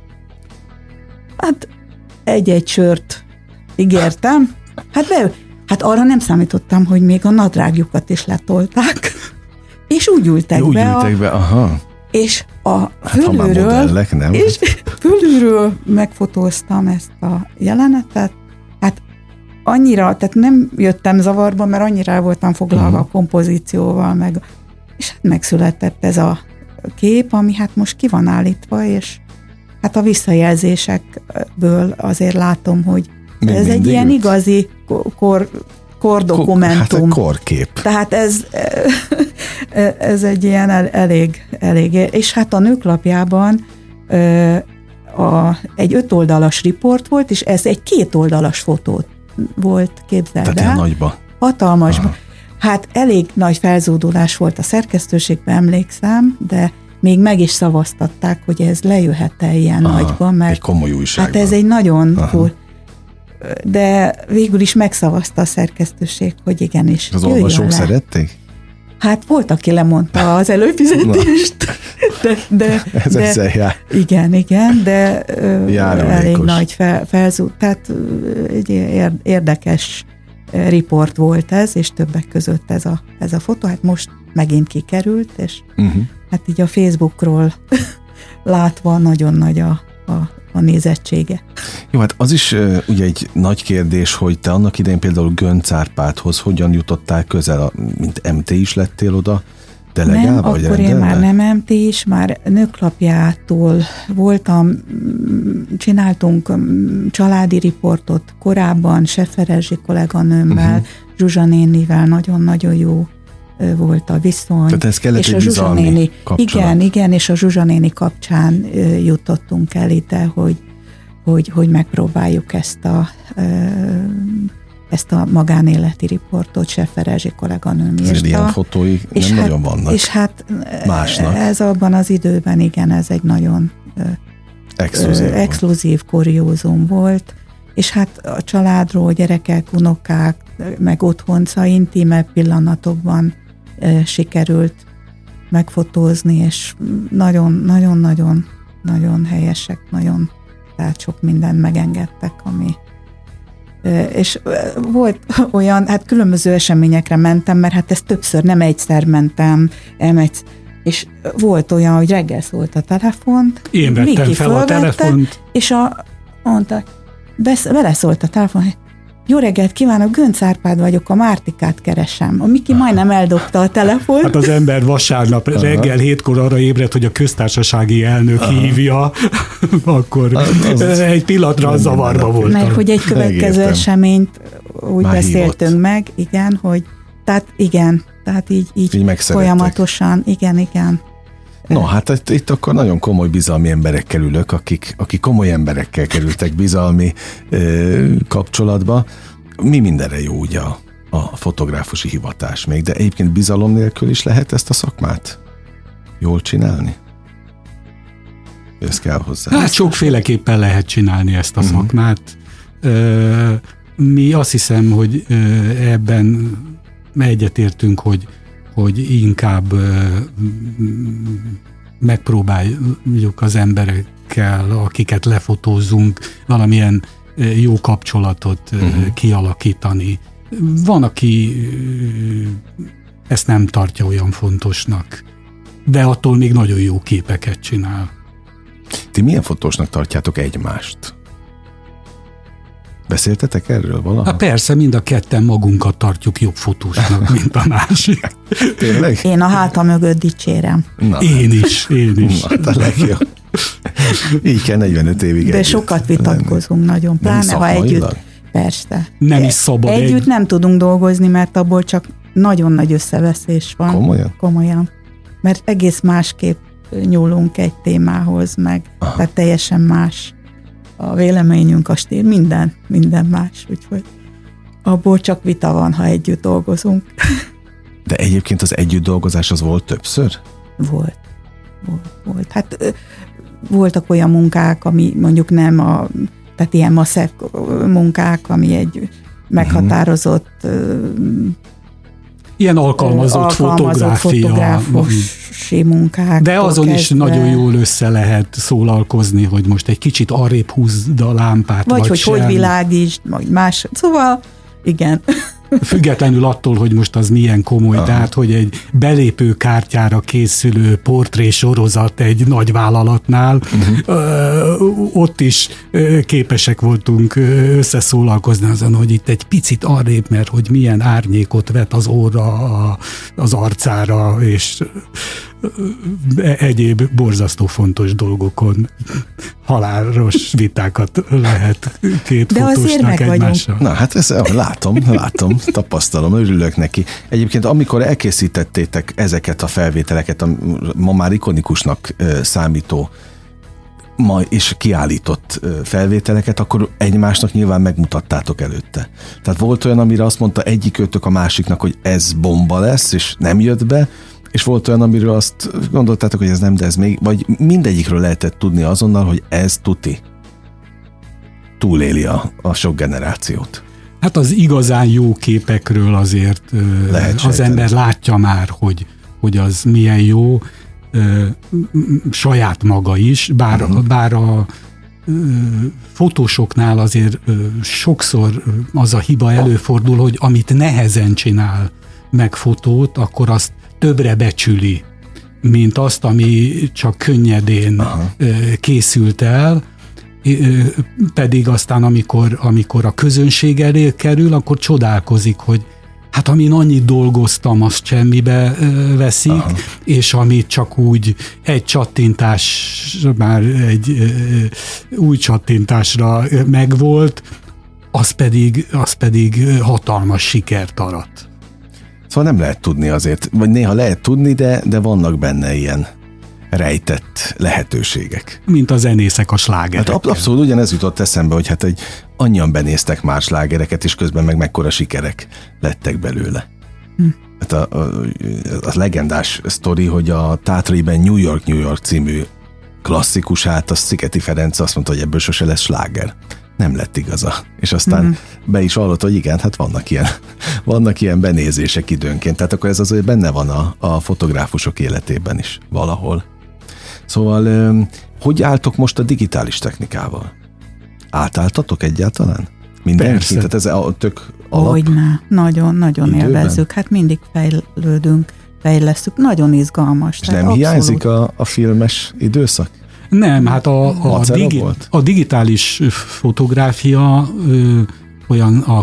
Hát egy-egy sört ígértem, hát arra nem számítottam, hogy még a nadrágjukat is letolták, és úgy ültek be. Aha. És fölülről megfotóztam ezt a jelenetet. Hát annyira, tehát nem jöttem zavarba, mert annyira el voltam foglalva a kompozícióval, és hát megszületett ez a kép, ami hát most ki van állítva, és hát a visszajelzésekből azért látom, hogy még ez egy ilyen igazi kordokumentum. Hát a korkép. Tehát ez egy ilyen elég, és hát a Nőklapjában egy 5 oldalas riport volt, és ez egy 2 oldalas fotó volt, képzeld el. Tehát nagyba. Hatalmasba. Hát elég nagy felzúdulás volt a szerkesztőségben, emlékszem, de még meg is szavaztatták, hogy ez lejöhet-e ilyen nagyba, mert egy komoly újságban. Hát ez egy nagyon de végül is megszavazta a szerkesztőség, hogy igenis. Az olvasók szerették? Hát volt, aki lemondta az előfizetést, de ezzel jár. Igen, de elég nagy felzúd. Tehát egy érdekes riport volt ez, és többek között ez a fotó. Hát most megint kikerült, és hát így a Facebookról látva nagyon nagy a nézettsége. Jó, hát az is ugye egy nagy kérdés, hogy te annak idején például Göncz Árpádhoz hogyan jutottál közel, mint MT is lettél oda delegálva? Nem, akkor én már nem MT is, már Nőklapjától voltam, csináltunk családi riportot korábban, Seffer Erzsi kolléganőmmel, Zsuzsa nénivel nagyon-nagyon jó volt a viszony. Tehát ez kellett egy bizalmi kapcsolat. Igen, és a Zsuzsa néni kapcsán jutottunk el ide, hogy megpróbáljuk ezt a magánéleti riportot, Seffer Erzsi kolléganőm írta. Ilyen fotói nem nagyon vannak. És hát másnak. Ez abban az időben, igen, ez egy nagyon exkluzív kuriózum volt, és hát a családról, gyerekek, unokák, meg otthonca, intime pillanatokban sikerült megfotózni, és nagyon helyesek, tehát sok mindent megengedtek, és volt olyan, hát különböző eseményekre mentem, mert hát ezt többször, nem egyszer mentem, és volt olyan, hogy reggel szólt a telefont. Én vettem fel a telefont. És mondta, beleszólt a telefon, hogy jó reggelt kívánok, Göncz Árpád vagyok, a Mártikát keresem. A Miki majdnem eldobta a telefont. Hát az ember vasárnap reggel 7-kor arra ébredt, hogy a köztársasági elnök hívja, akkor egy pillanatra zavarba voltam. Mert hogy egy következő eseményt úgy már beszéltünk hívott meg, igen, hogy tehát így folyamatosan, igen. No, hát itt akkor nagyon komoly bizalmi emberekkel ülök, akik komoly emberekkel kerültek bizalmi kapcsolatba. Mi mindenre jó ugye a fotográfusi hivatás még, de egyébként bizalom nélkül is lehet ezt a szakmát jól csinálni? Ez kell hozzá. Hát sokféleképpen lehet csinálni ezt a szakmát. Mi azt hiszem, hogy ebben egyetértünk, hogy inkább megpróbáljuk az emberekkel, akiket lefotózunk, valamilyen jó kapcsolatot kialakítani. Van, aki ezt nem tartja olyan fontosnak, de attól még nagyon jó képeket csinál. Ti milyen fotósnak tartjátok egymást? Beszéltetek erről valaha? Hát persze, mind a ketten magunkat tartjuk jobb fotósnak, mint a másik. Tényleg? Én a háta mögött dicsérem. Én is. Na, a legjobb. Így kell 45 évig De együtt sokat vitatkozunk nagyon, pláne ha együtt. Persze. Nem is szabad együtt nem tudunk dolgozni, mert abból csak nagyon nagy összeveszés van. Komolyan? Komolyan. Mert egész másképp nyúlunk egy témához, meg tehát teljesen más a véleményünk, a stíl, minden más, úgyhogy abból csak vita van, ha együtt dolgozunk. De egyébként az együtt dolgozás az volt többször? Volt. Hát voltak olyan munkák, ami mondjuk nem tehát ilyen masszív munkák, ami egy meghatározott ilyen alkalmazott fotográfusi munkák. De azon is nagyon jól össze lehet szólalkozni, hogy most egy kicsit arrébb húzd a lámpát, vagy hogy világítsd, vagy más. Szóval, igen. Függetlenül attól, hogy most az milyen komoly, tehát, hogy egy belépő kártyára készülő portré sorozat egy nagy vállalatnál, ott is képesek voltunk összeszólalkozni azon, hogy itt egy picit arrébb, mert hogy milyen árnyékot vet az orra az arcára, és egyéb borzasztó fontos dolgokon halálos vitákat lehet két de fotósnak egymással. Na hát ezt látom, tapasztalom, örülök neki. Egyébként amikor elkészítettétek ezeket a felvételeket, a ma már ikonikusnak számító és kiállított felvételeket, akkor egymásnak nyilván megmutattátok előtte. Tehát volt olyan, amire azt mondta egyikőtök a másiknak, hogy ez bomba lesz, és nem jött be, és volt olyan, amiről azt gondoltátok, hogy ez nem, de ez még, vagy mindegyikről lehetett tudni azonnal, hogy ez tuti. Túléli a sok generációt. Hát az igazán jó képekről azért az ember látja már, hogy az milyen jó, saját maga is, bár a fotósoknál azért sokszor az a hiba előfordul, hogy amit nehezen csinál meg fotót, akkor azt többre becsüli, mint azt, ami csak könnyedén készült el, pedig aztán amikor a közönség elé kerül, akkor csodálkozik, hogy hát amin annyit dolgoztam, azt semmibe veszik, és amit csak úgy egy csattintás, már egy új csattintásra megvolt, az pedig hatalmas sikert arat. Szóval nem lehet tudni azért, vagy néha lehet tudni, de vannak benne ilyen rejtett lehetőségek. Mint a zenészek a slágerekkel. Hát abszolút ugyanez jutott eszembe, hogy hát annyian benéztek már slágereket, és közben meg mekkora sikerek lettek belőle. Hát a legendás sztori, hogy a Tátraiben New York című klasszikusát, a Szigeti Ferenc azt mondta, hogy ebből sose lesz sláger. Nem lett igaza. És aztán be is hallott, hogy igen, hát vannak ilyen benézések időnként. Tehát akkor ez azért benne van a fotográfusok életében is valahol. Szóval, hogy álltok most a digitális technikával? Átálltatok egyáltalán? Mindenki? Tehát ez tök alap? Hogyne, nagyon élvezzük. Hát mindig fejlesztünk. Nagyon izgalmas. És nem abszolút hiányzik a filmes időszak? Nem, hát a digitális fotográfia olyan a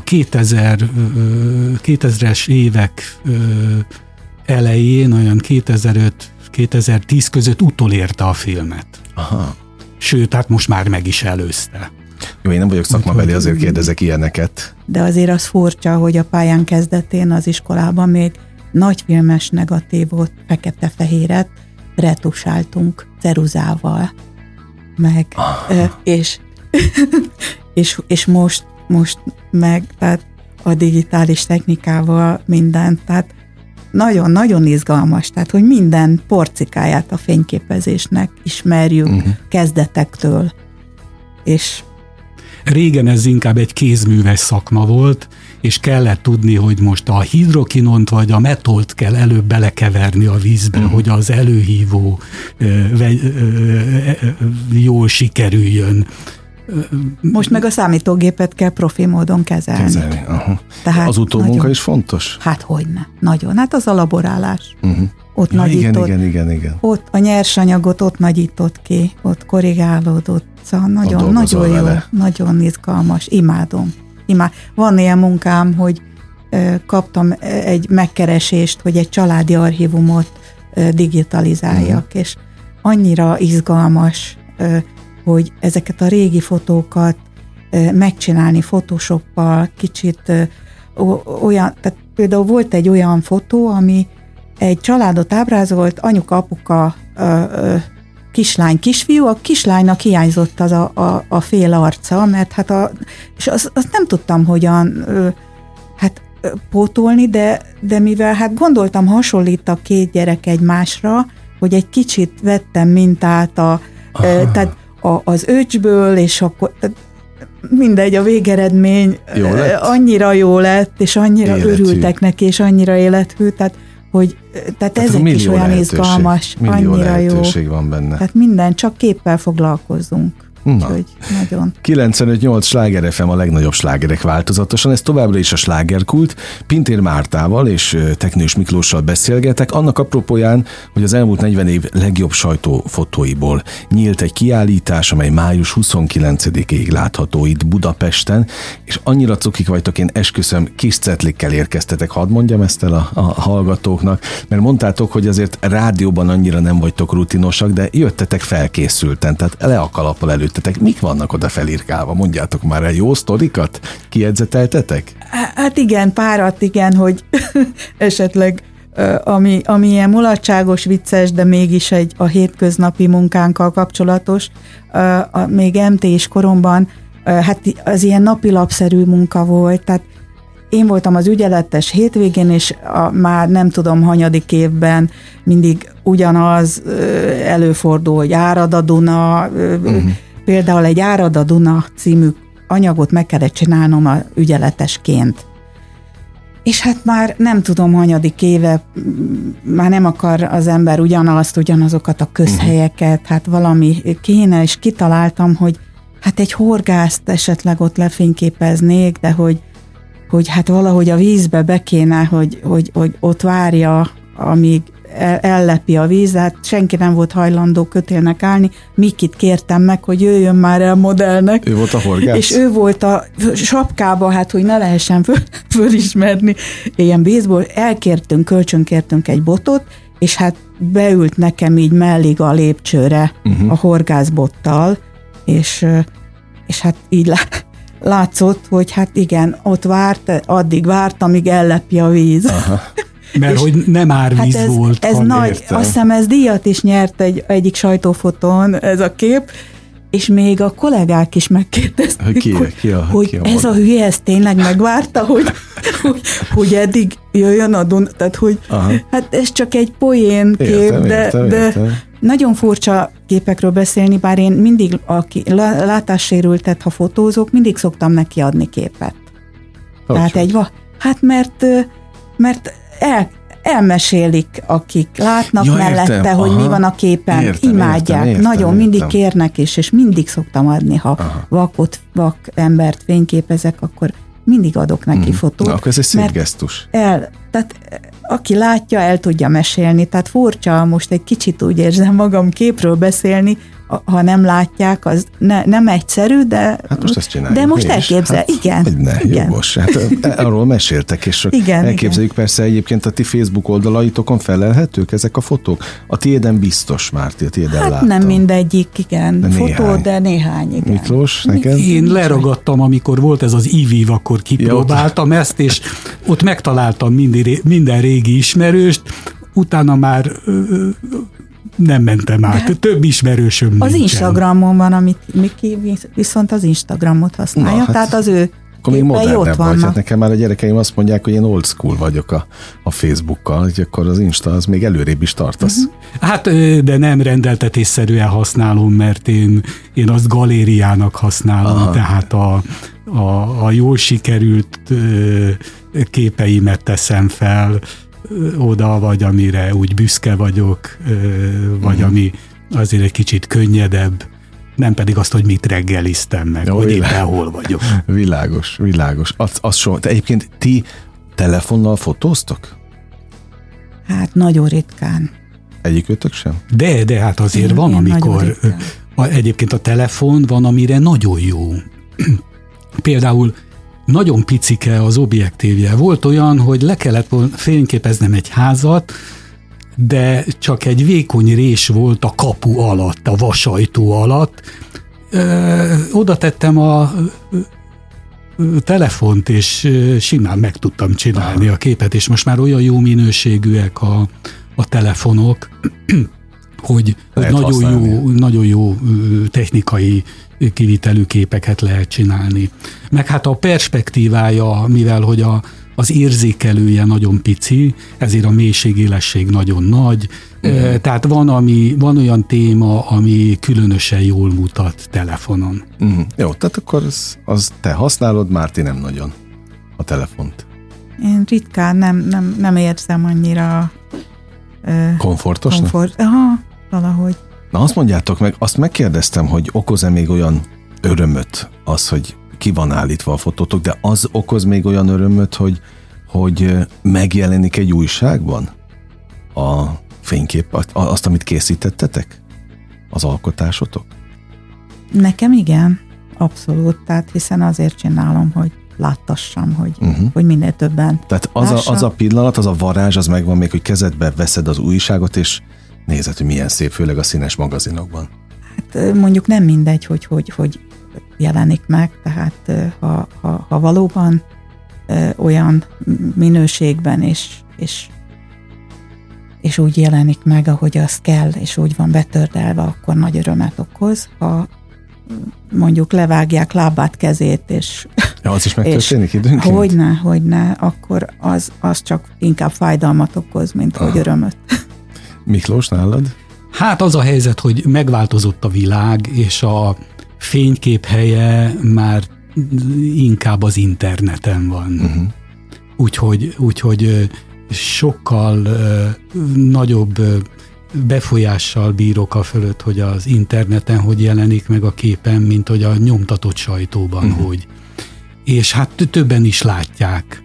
2000-es évek elején, olyan 2005-2010 között utolérte a filmet. Aha. Sőt, hát most már meg is előzte. Jó, én nem vagyok szakmabeli, azért kérdezek ilyeneket. De azért az furcsa, hogy a pályán kezdetén az iskolában még nagyfilmes negatívot, fekete-fehéret retusáltunk ceruzával, meg, és most meg, tehát a digitális technikával minden, tehát nagyon-nagyon izgalmas, tehát hogy minden porcikáját a fényképezésnek ismerjük kezdetektől, és régen ez inkább egy kézműves szakma volt, és kellett tudni, hogy most a hidrokinont vagy a metolt kell előbb belekeverni a vízbe, hogy az előhívó jól sikerüljön. Most meg a számítógépet kell profi módon kezelni. Tehát az utómunka is fontos? Hát hogyne, nagyon. Hát az a laborálás. Ott nagyított, igen. Ott a nyersanyagot ott nagyított ki, ott korrigálódott. Szóval nagyon jó, nagyon izgalmas. Imádom. Van ilyen munkám, hogy kaptam egy megkeresést, hogy egy családi archívumot digitalizáljak, és annyira izgalmas hogy ezeket a régi fotókat megcsinálni Photoshoppal, kicsit olyan, tehát például volt egy olyan fotó, ami egy családot ábrázolt, anyuka, apuka, kislány, kisfiú, a kislánynak hiányzott az a fél arca, mert hát és azt nem tudtam hogyan pótolni, de mivel hát gondoltam, hasonlít a két gyerek egymásra, hogy egy kicsit vettem mintát tehát az öcsből, és akkor mindegy, a végeredmény annyira jó lett, és annyira örültek neki, és annyira élethű, tehát ezek is olyan izgalmas, annyira jó. Van benne. Tehát minden, csak képpel foglalkozzunk. Úgyhogy nagyon. 95.8 Sláger FM, a legnagyobb slágerek változatosan, ez továbbra is a slágerkult. Pintér Mártával és Teknős Miklóssal beszélgetek, annak apropóján, hogy az elmúlt 40 év legjobb sajtófotóiból nyílt egy kiállítás, amely május 29-ig látható itt Budapesten, és annyira cukik vagytok, én esküszöm, kis cetlikkel érkeztetek, hadd mondjam ezt el a hallgatóknak, mert mondtátok, hogy azért rádióban annyira nem vagytok rutinosak, de jöttetek felkészülten, tehát le a kalappal előtt. Mik vannak oda felírkálva? Mondjátok már el jó sztorikat? Kijegyzeteltetek? Hát igen, párat igen, hogy esetleg ami ilyen mulatságos, vicces, de mégis a hétköznapi munkánkkal kapcsolatos. Még MT-s koromban hát az ilyen napilapszerű munka volt, tehát én voltam az ügyeletes hétvégén, és már nem tudom, hanyadik évben mindig ugyanaz előfordul, hogy Árad a Duna, például egy Árad a Duna című anyagot meg kellett csinálnom a ügyeletesként. És hát már nem tudom, hanyadik éve, már nem akar az ember ugyanazokat a közhelyeket, hát valami kéne, és kitaláltam, hogy hát egy horgászt esetleg ott lefényképeznék, de hogy hát valahogy a vízbe be kéne, hogy ott várja, amíg ellepi a víz, hát senki nem volt hajlandó kötélnek állni. Mikit kértem meg, hogy jöjjön már el modellnek. Ő volt a horgász? És ő volt a sapkába, hát hogy ne lehessen fölismerni. Ilyen baseball, kölcsönkértünk egy botot, és hát beült nekem így mellig a lépcsőre a horgászbottal, és hát így látszott, hogy hát igen, ott addig várt, amíg ellepi a víz. Aha. Mert hogy nem árvíz hát volt. Ez nagy, azt hiszem ez díjat is nyert egyik sajtófotón ez a kép, és még a kollégák is megkérdezték, hogy ez a hülye, ez tényleg megvárta, hogy eddig jöjjön a Duna, tehát hogy hát ez csak egy poén kép, de nagyon furcsa képekről beszélni, bár én mindig, aki látássérültet, ha fotózok, mindig szoktam neki adni képet. Tehát hát mert elmesélik, akik látnak mellette, hogy mi van a képen, imádják, nagyon mindig kérnek is, és mindig szoktam adni, ha vak embert fényképezek, akkor mindig adok neki fotót. Akkor ez egy szép gesztus. Tehát aki látja, el tudja mesélni, tehát furcsa, most egy kicsit úgy érzem magam képről beszélni, ha nem látják, az nem egyszerű, de hát most ezt csináljuk. De most elképzel, hát, igen. Jogos, hát arról meséltek, és elképzeljük persze egyébként a ti Facebook oldalaitokon felelhetők ezek a fotók. A tiéden biztos, Márti, a tiéden hát láttam. Nem mindegyik, igen, fotó, de néhány, igen. Miklós, neked? Én leragadtam, amikor volt ez az IVIV, akkor kipróbáltam ezt, és ott megtaláltam minden régi ismerőst, utána már nem mentem át. Több ismerősöm nincsen. Az Instagramon van, amit Miki viszont az Instagramot használja, tehát az ő akkor még modernebb vagy. Hát nekem már a gyerekeim azt mondják, hogy én old school vagyok a Facebookkal, hogy akkor az Insta az még előrébb is tartasz. Hát, de nem rendeltetésszerűen használom, mert én azt galériának használom, tehát a jól sikerült képeimet teszem fel oda, vagy amire úgy büszke vagyok, vagy ami azért egy kicsit könnyedebb, nem pedig azt, hogy mit reggeliztem meg, hogy éppen hol vagyok. Világos. De egyébként ti telefonnal fotóztok? Hát nagyon ritkán. Egyikőtök sem? De hát azért van, amikor egyébként a telefon van, amire nagyon jó. Például nagyon picike az objektívje. Volt olyan, hogy le kellett fényképeznem egy házat, de csak egy vékony rés volt a kapu alatt, a vasajtó alatt. Oda tettem a telefont, és simán meg tudtam csinálni a képet, és most már olyan jó minőségűek a telefonok, hogy nagyon jó technikai kivitelű képeket lehet csinálni. Meg hát a perspektívája, mivel hogy az érzékelője nagyon pici, ezért a mélységélesség nagyon nagy, tehát van olyan téma, ami különösen jól mutat telefonon. Jó, tehát akkor az te használod, Márti nem nagyon a telefont. Én ritkán nem érzem annyira komfortosnak? Aha, valahogy. Na azt mondjátok meg, azt megkérdeztem, hogy okoz-e még olyan örömöt az, hogy ki van állítva a fotótok, de az okoz még olyan örömöt, hogy megjelenik egy újságban a fénykép, azt, amit készítettetek? Az alkotásotok? Nekem igen, abszolút, tehát hiszen azért csinálom, hogy láttassam, hogy minél többen tehát az a pillanat, az a varázs, az megvan még, hogy kezedbe veszed az újságot, és nézed, hogy milyen szép, főleg a színes magazinokban. Hát mondjuk nem mindegy, hogy jelenik meg, tehát ha valóban olyan minőségben és úgy jelenik meg, ahogy az kell, és úgy van betördelve, akkor nagy örömet okoz. Ha mondjuk levágják lábát, kezét, és... Ja, az is megtörténik időnként? Hogyne, akkor az csak inkább fájdalmat okoz, mint hogy örömöt. Miklós, nálad? Hát az a helyzet, hogy megváltozott a világ, és a fénykép helye már inkább az interneten van. Úgyhogy sokkal nagyobb befolyással bírok a fölött, hogy az interneten hogy jelenik meg a képen, mint hogy a nyomtatott sajtóban hogy. És hát többen is látják.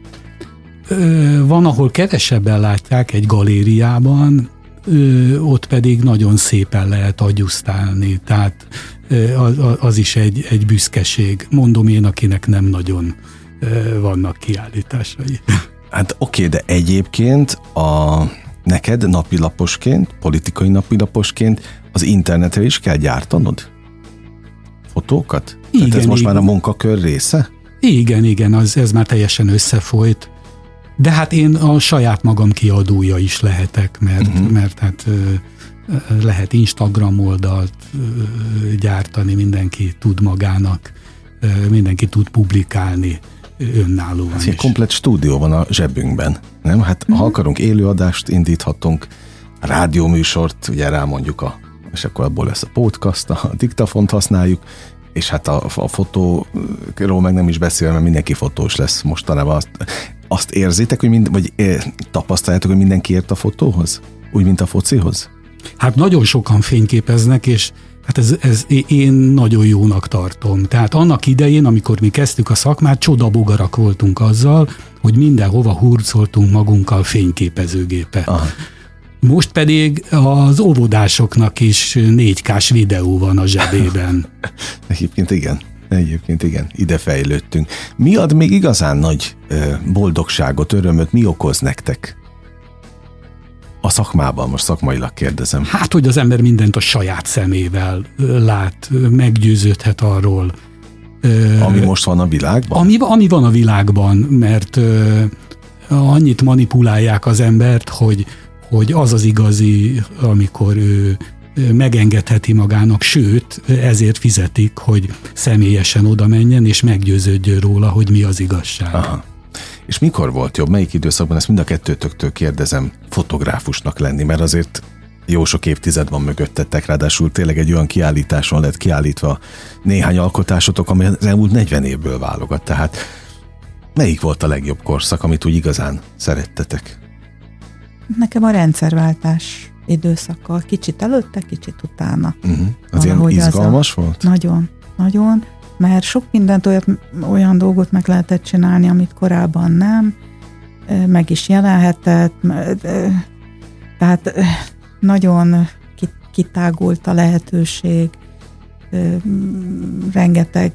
Van, ahol kevesebben látják egy galériában, ott pedig nagyon szépen lehet agyusztálni, tehát az is egy büszkeség. Mondom én, akinek nem nagyon vannak kiállításai. Hát oké, de egyébként neked napilaposként, politikai napilaposként az internetre is kell gyártanod fotókat? Igen, tehát ez most már a munkakör része? Igen, ez már teljesen összefolyt. De hát én a saját magam kiadója is lehetek, mert hát lehet Instagram oldalt gyártani, mindenki tud magának, mindenki tud publikálni önállóan is. Komplet stúdió van a zsebünkben, nem? Hát ha akarunk élőadást indíthatunk, a rádióműsort, ugye rámondjuk és akkor abból lesz a podcast, a diktafont használjuk, és hát a fotóról meg nem is beszélve, mert mindenki fotós lesz mostanában. Azt érzitek, hogy vagy tapasztaljátok, hogy mindenki ért a fotóhoz? Úgy, mint a focihoz? Hát nagyon sokan fényképeznek, és hát ez én nagyon jónak tartom. Tehát annak idején, amikor mi kezdtük a szakmát, csodabogarak voltunk azzal, hogy mindenhova hurcoltunk magunkkal fényképezőgépe. Aha. Most pedig az óvodásoknak is 4K-s videó van a zsebében. Egyébként igen, ide fejlődtünk. Mi ad még igazán nagy boldogságot, örömöt, mi okoz nektek? A szakmában, most szakmailag kérdezem. Hát, hogy az ember mindent a saját szemével lát, meggyőződhet arról. Ami most van a világban? Ami van a világban, mert annyit manipulálják az embert, hogy az igazi, amikor ő megengedheti magának, sőt, ezért fizetik, hogy személyesen oda menjen, és meggyőződjön róla, hogy mi az igazság. Aha. És mikor volt jobb, melyik időszakban, ezt mind a kettőtöktől kérdezem, fotográfusnak lenni, mert azért jó sok évtized van mögöttetek, ráadásul tényleg egy olyan kiállításon lett kiállítva néhány alkotásotok, ami az elmúlt 40 évből válogat, tehát melyik volt a legjobb korszak, amit úgy igazán szerettetek? Nekem a rendszerváltás időszakkal, kicsit előtte, kicsit utána. Az ilyen izgalmas volt? Nagyon, mert sok mindent olyan dolgot meg lehetett csinálni, amit korábban nem, meg is jelenhetett, tehát nagyon kitágult a lehetőség, rengeteg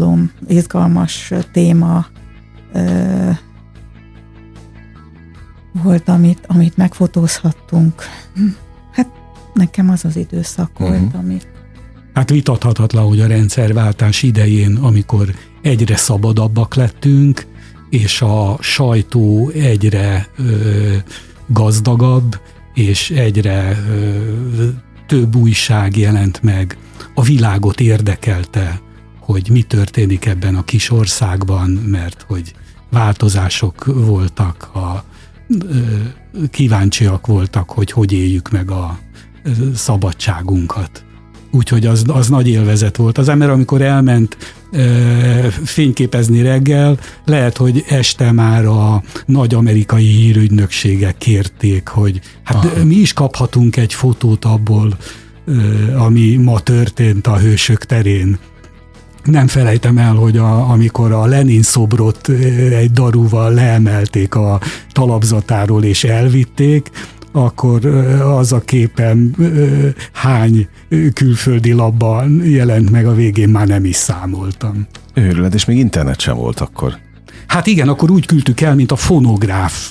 izgalmas téma volt, amit megfotózhattunk. Hát nekem az időszak volt, amit... Hát vitathatatlan, hogy a rendszerváltás idején, amikor egyre szabadabbak lettünk, és a sajtó egyre gazdagabb, és egyre több újság jelent meg, a világot érdekelte, hogy mi történik ebben a kis országban, mert hogy változások voltak, kíváncsiak voltak, hogy éljük meg a szabadságunkat. Úgyhogy az nagy élvezet volt. Az ember, amikor elment fényképezni reggel, lehet, hogy este már a nagy amerikai hírügynökségek kérték, hogy hát mi is kaphatunk egy fotót abból, ami ma történt a Hősök terén. Nem felejtem el, hogy amikor a Lenin szobrot egy darúval leemelték a talapzatáról és elvitték, akkor az a képem hány külföldi labban jelent meg, a végén már nem is számoltam. Őrület, és még internet sem volt akkor. Hát igen, akkor úgy küldtük el, mint a fonográf.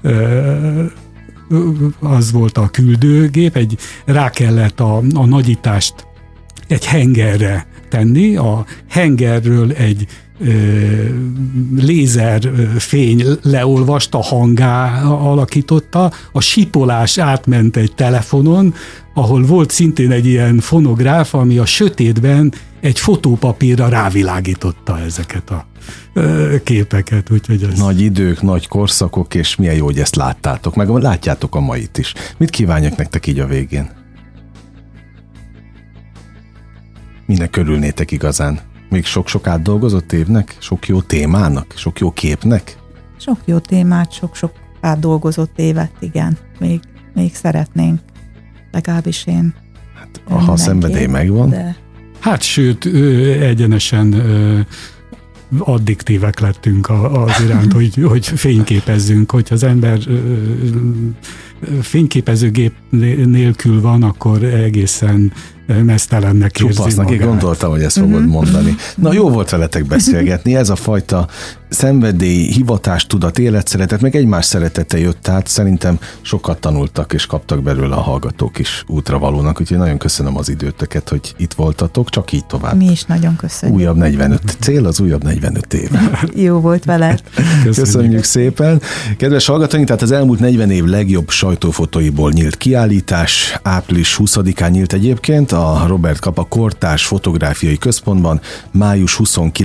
Az volt a küldőgép, rá kellett a nagyítást egy hengerre tenni, a hengerről egy lézerfény leolvasta, hangá alakította, a sipolás átment egy telefonon, ahol volt szintén egy ilyen fonográf, ami a sötétben egy fotópapírra rávilágította ezeket a képeket. Úgyhogy ez... Nagy idők, nagy korszakok, és milyen jó, hogy ezt láttátok, meg látjátok a mait is. Mit kívánjak nektek így a végén? Minek örülnétek igazán? Még sok-sok átdolgozott évnek? Sok jó témának? Sok jó képnek? Sok jó témát, sok-sok átdolgozott évet, igen. Még szeretnénk. Legalábbis én. Hát, ha a szenvedély megvan. De... Hát sőt, egyenesen addiktívek lettünk az iránt, hogy fényképezzünk. Hogyha az ember fényképezőgép nélkül van, akkor egészen meztelennek érzi Csupasznak, én gondoltam, hogy ezt fogod mondani. Na, jó volt veletek beszélgetni, ez a fajta szenvedély, hivatástudat, életszeretet, meg egymás szeretete jött át, szerintem sokat tanultak és kaptak belőle a hallgatók is útravalónak, úgyhogy nagyon köszönöm az időtöket, hogy itt voltatok, csak így tovább. Mi is nagyon köszönjük. Újabb 45 cél, az újabb 45 év. Jó volt veled. Köszönjük szépen. Kedves hallgatóink, tehát az elmúlt 40 év legjobb sajtófotóiból nyílt kiállítás, április 20-án nyílt egyébként, a Robert Capa Kortárs Fotográfiai Központban május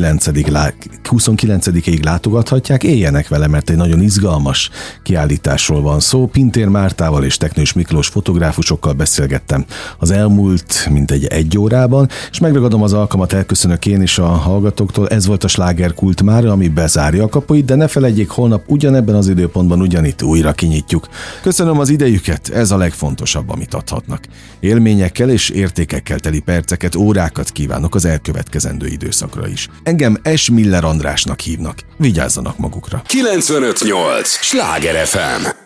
29-ig látogathatják, éljenek vele, mert egy nagyon izgalmas kiállításról van szó. Pintér Mártával és Teknős Miklós fotográfusokkal beszélgettem az elmúlt mintegy 1 órában, és megragadom az alkalmat, elköszönök én is a hallgatóktól. Ez volt a Slágerkult már, ami bezárja a kapuit, de ne felejtjék, holnap ugyanebben az időpontban ugyanitt újra kinyitjuk. Köszönöm az idejüket, ez a legfontosabb, amit adhatnak. Élményekkel és értékekkel teli perceket, órákat kívánok az elkövetkezendő időszakra is. Engem S. Miller Andrásnak hívnak. Vigyázzanak magukra. 95.8 Sláger FM